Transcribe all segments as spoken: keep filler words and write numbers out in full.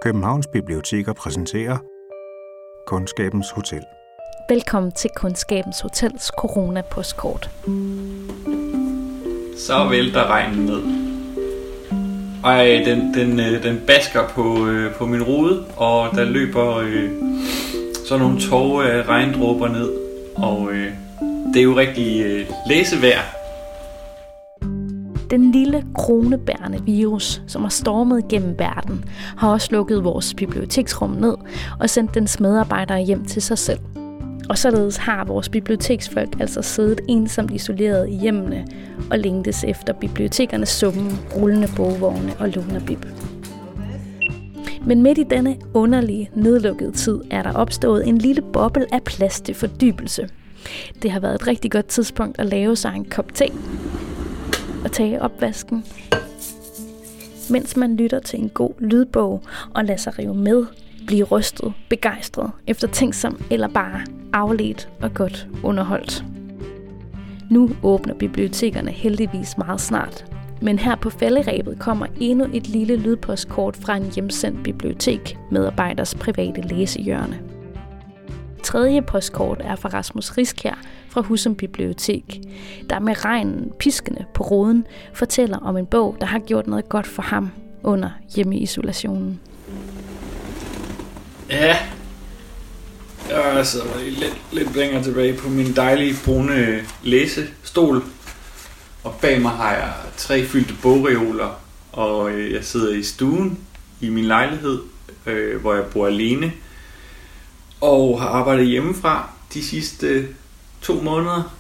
Københavns Biblioteker præsenterer Kundskabens Hotel. Velkommen til Kundskabens Hotels corona-postkort. Så vælter regnen ned. Ej, den, den, den basker på, øh, på min rude, og der løber øh, sådan nogle tårer af regndråber ned. Og øh, det er jo rigtig øh, læsevejr. Den lille kronebærende virus, som har stormet gennem verden, har også lukket vores biblioteksrum ned og sendt dens medarbejdere hjem til sig selv. Og således har vores biblioteksfolk altså siddet ensomt isoleret i hjemmene og længtes efter bibliotekernes summen, rullende bogvogne og lunabib. Men midt i denne underlige, nedlukkede tid er der opstået en lille boble af plads til fordybelse. Det har været et rigtig godt tidspunkt at lave sig en kop te og tage opvasken, mens man lytter til en god lydbog og lader sig rive med, blive rystet, begejstret, eftertænksom eller bare afledt og godt underholdt. Nu åbner bibliotekerne heldigvis meget snart, men her på falderebet kommer endnu et lille lydpostkort fra en hjemsendt bibliotek medarbejders private læsehjørne. Tredje postkort er fra Rasmus Riskær fra Husum Bibliotek, der med regnen piskende på ruden fortæller om en bog, der har gjort noget godt for ham under hjemmeisolationen. Ja, jeg sidder lidt, lidt længere tilbage på min dejlige brune læsestol, og bag mig har jeg tre fyldte bogreoler, og jeg sidder i stuen i min lejlighed, øh, hvor jeg bor alene, og har arbejdet hjemmefra de sidste to måneder.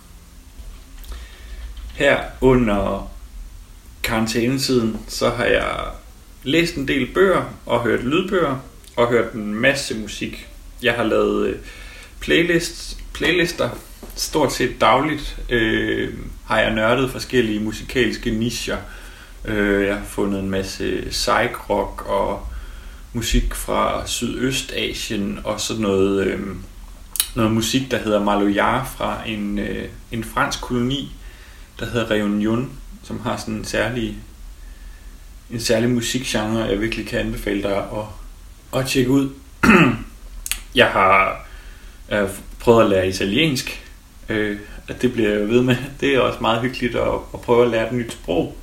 Her under karantænetiden, så har jeg læst en del bøger og hørt lydbøger og hørt en masse musik. Jeg har lavet playlists, playlister stort set dagligt. Øh, har jeg nørdet forskellige musikalske nicher. Øh, jeg har fundet en masse psych-rock og musik fra Sydøstasien og sådan noget, øh, noget musik, der hedder Maloya fra en, øh, en fransk koloni, der hedder Réunion, som har sådan en særlig, en særlig musikgenre, jeg virkelig kan anbefale dig at, at tjekke ud. Jeg har øh, prøvet at lære italiensk, øh, og det bliver jeg ved med. Det er også meget hyggeligt at, at prøve at lære et nyt sprog.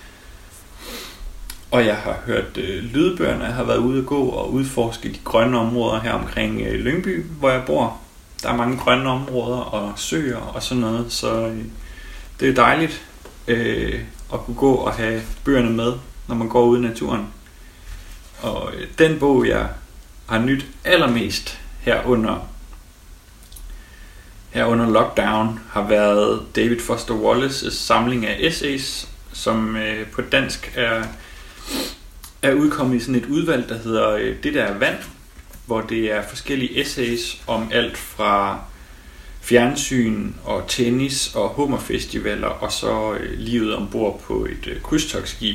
Og jeg har hørt øh, lydbøgerne, jeg har været ude at gå og udforske de grønne områder her omkring øh, Lyngby, hvor jeg bor. Der er mange grønne områder og søer og sådan noget, så øh, det er dejligt øh, at kunne gå og have bøgerne med, når man går ud i naturen. Og øh, den bog, jeg har nydt allermest her under, her under lockdown, har været David Foster Wallace's samling af essays, som øh, på dansk er... er udkommet i sådan et udvalg, der hedder Det der er vand, hvor det er forskellige essays om alt fra fjernsyn og tennis og hummerfestivaler og så livet ombord på et krydstogtskib.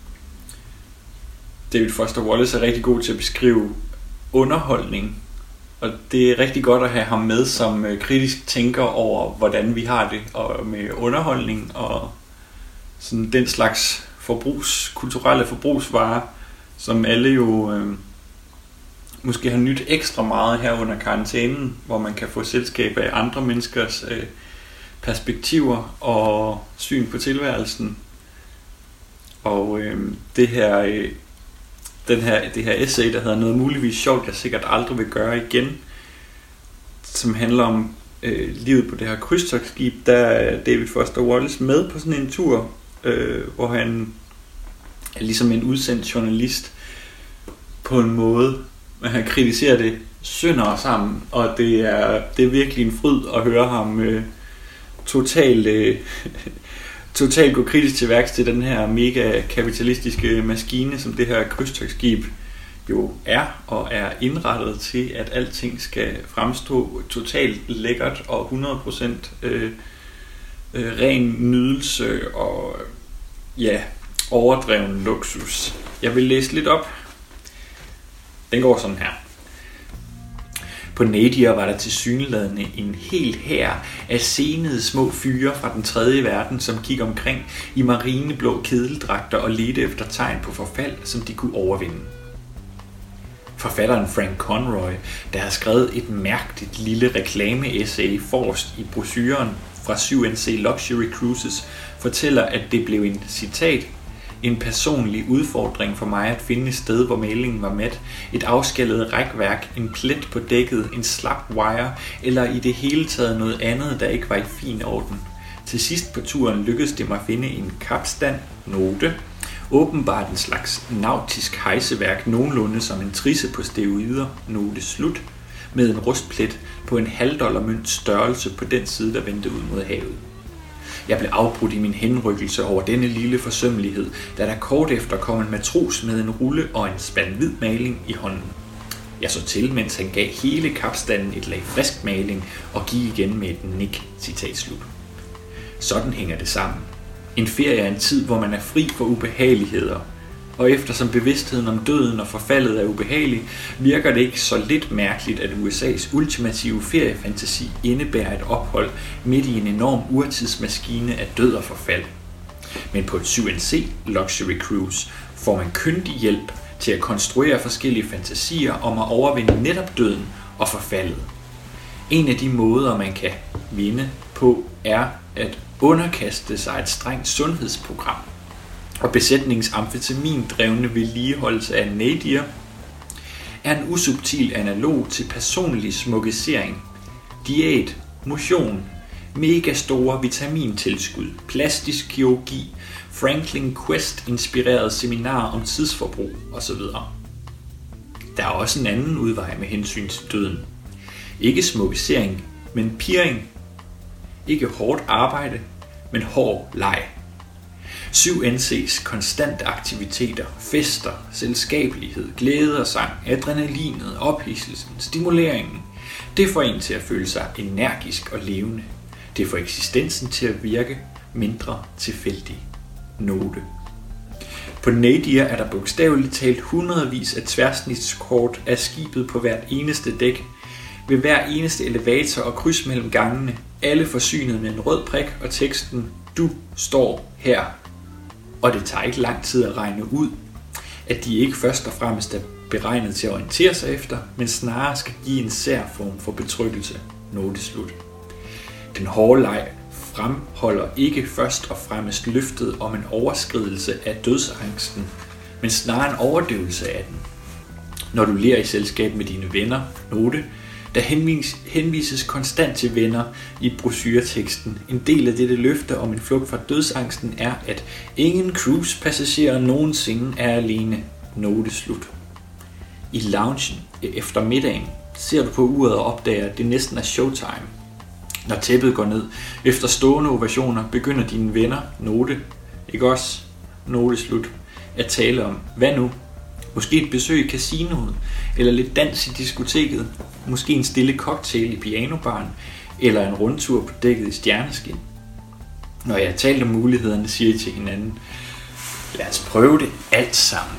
David Foster Wallace er rigtig god til at beskrive underholdning, og det er rigtig godt at have ham med som kritisk tænker over, hvordan vi har det og med underholdning og sådan den slags forbrugs, kulturelle forbrugsvarer, som alle jo øh, måske har nyt ekstra meget her under karantænen, hvor man kan få selskab af andre menneskers øh, perspektiver og syn på tilværelsen. Og øh, det her, øh, den her, det her essay, der hedder Noget muligvis sjovt, jeg sikkert aldrig vil gøre igen, som handler om øh, livet på det her krydstogtskib, der er David Foster Wallace med på sådan en tur, øh, hvor han er ligesom en udsendt journalist på en måde, men han kritiserer det sønder sammen, og det er, det er virkelig en fryd at høre ham øh, totalt øh, totalt gå kritisk til værks til den her mega kapitalistiske maskine, som det her krydstogtskib jo er, og er indrettet til, at alting skal fremstå totalt lækkert og hundrede procent øh, øh, ren nydelse og ja, overdreven luksus. Jeg vil læse lidt op. Den går sådan her. På Nadir var der tilsyneladende en hel hær af senede små fyre fra den tredje verden, som gik omkring i marineblå kedeldragter og ledte efter tegn på forfald, som de kunne overvinde. Forfatteren Frank Conroy, der har skrevet et mærkeligt lille reklame-essay forrest i brochuren fra syv N C Luxury Cruises, fortæller, at det blev en, citat, en personlig udfordring for mig at finde et sted, hvor malingen var mat, et afskallet rækværk, en plet på dækket, en slap wire, eller i det hele taget noget andet, der ikke var i fin orden. Til sidst på turen lykkedes det mig at finde en kapstand, note, åbenbart en slags nautisk hejseværk, nogenlunde som en trisse på steroider, note slut, med en rustplet på en halvdollar mønt størrelse på den side, der vendte ud mod havet. Jeg blev afbrudt i min henrykkelse over denne lille forsømmelighed, da der kort efter kom en matros med en rulle og en spand hvid maling i hånden. Jeg så til, mens han gav hele kapstanden et lag frisk maling og gik igen med et nik, citat slut. Sådan hænger det sammen. En ferie er en tid, hvor man er fri for ubehageligheder, og eftersom bevidstheden om døden og forfaldet er ubehagelig, virker det ikke så lidt mærkeligt, at U S A's ultimative feriefantasi indebærer et ophold midt i en enorm urtidsmaskine af død og forfald. Men på et syv N C Luxury Cruise får man kyndig hjælp til at konstruere forskellige fantasier om at overvinde netop døden og forfaldet. En af de måder, man kan vinde på, er at underkaste sig et strengt sundhedsprogram. Og besætningens amfetamin-drevne vedligeholdelse af nadir er en usubtil analog til personlig smukkisering, diæt, motion, megastore vitamintilskud, plastisk kirurgi, Franklin Quest-inspireret seminar om tidsforbrug osv. Der er også en anden udvej med hensyn til døden. Ikke smukkisering, men pirring. Ikke hårdt arbejde, men hård leg. syv N C's konstante aktiviteter, fester, selskabelighed, glæde og sang, adrenalinet, ophidselsen, stimuleringen, det får en til at føle sig energisk og levende. Det får eksistensen til at virke mindre tilfældig. Note. På Nadir er der bogstaveligt talt hundredvis af tværsnitskort af skibet på hvert eneste dæk, ved hver eneste elevator og kryds mellem gangene, alle forsynet med en rød prik og teksten, du står her. Og det tager ikke lang tid at regne ud, at de ikke først og fremmest er beregnet til at orientere sig efter, men snarere skal give en sær form for betryggelse. Note slut. Den hårde leg fremholder ikke først og fremmest løftet om en overskridelse af dødsangsten, men snarere en overdøvelse af den. Når du ler i selskab med dine venner, note, der henvis, henvises konstant til venner i brochureteksten. En del af dette løfte om en flugt fra dødsangsten er, at ingen cruise-passagerer nogensinde er alene. Note slut. I loungen efter middagen ser du på uret og opdager, at det næsten er showtime. Når tæppet går ned, efter stående ovationer, begynder dine venner, note, ikke også, note slut, at tale om, hvad nu? Måske et besøg i casinoet, eller lidt dans i diskoteket, måske en stille cocktail i pianobaren, eller en rundtur på dækket i stjerneskin. Når jeg har talt om mulighederne, siger I til hinanden, lad os prøve det alt sammen.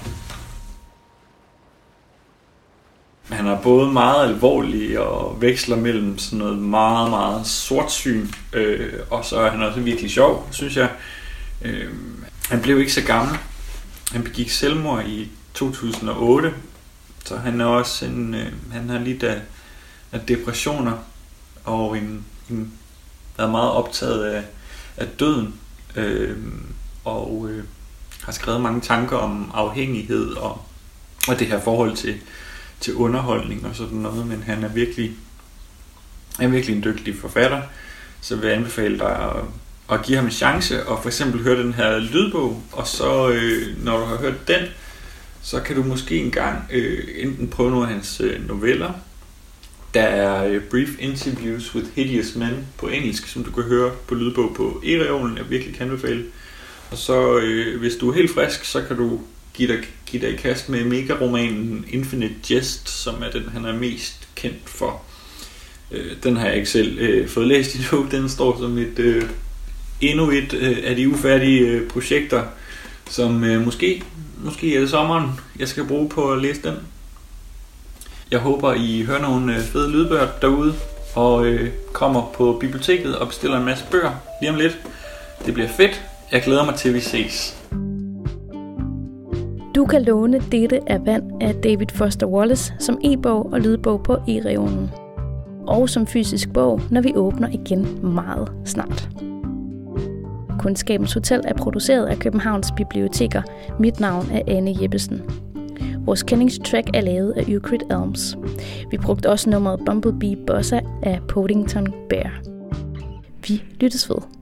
Han er både meget alvorlig og veksler mellem sådan noget meget, meget sortsyn, øh, og så er han også virkelig sjov, synes jeg. Øh, han blev ikke så gammel. Han begik selvmord i to tusind og otte, så han er også en, øh, han har lidt af, af depressioner og en, en, er meget optaget af, af døden øh, og øh, har skrevet mange tanker om afhængighed og, og det her forhold til, til underholdning og sådan noget, men han er virkelig, er virkelig en dygtig forfatter, så vil jeg anbefale dig at og give ham en chance og for eksempel høre den her lydbog, og så øh, når du har hørt den, så kan du måske engang øh, enten prøve nogle af hans øh, noveller. Der er øh, Brief Interviews with Hideous Men på engelsk, som du kan høre på lydbog på E-reolen, jeg virkelig kan anbefale. Og så øh, hvis du er helt frisk, så kan du give dig, give dig i kast med megaromanen Infinite Jest, som er den, han er mest kendt for. Øh, den har jeg ikke selv øh, fået læst endnu, den står som et... Øh, endnu et øh, af de ufærdige øh, projekter, som øh, måske, måske er det sommeren, jeg skal bruge på at læse den. Jeg håber, I hører nogle øh, fede lydbøger derude, og øh, kommer på biblioteket og bestiller en masse bøger lige om lidt. Det bliver fedt. Jeg glæder mig til, at vi ses. Du Du kan låne Dette er vand af David Foster Wallace som e-bog og lydbog på eReolen. Og som fysisk bog, når vi åbner igen meget snart. Kundskabens Hotel er produceret af Københavns Biblioteker. Mit navn er Anne Jeppesen. Vores kendingstrack er lavet af Euclid Elms. Vi brugte også nummeret Bumblebee Bossa af Podington Bear. Vi lyttes ved.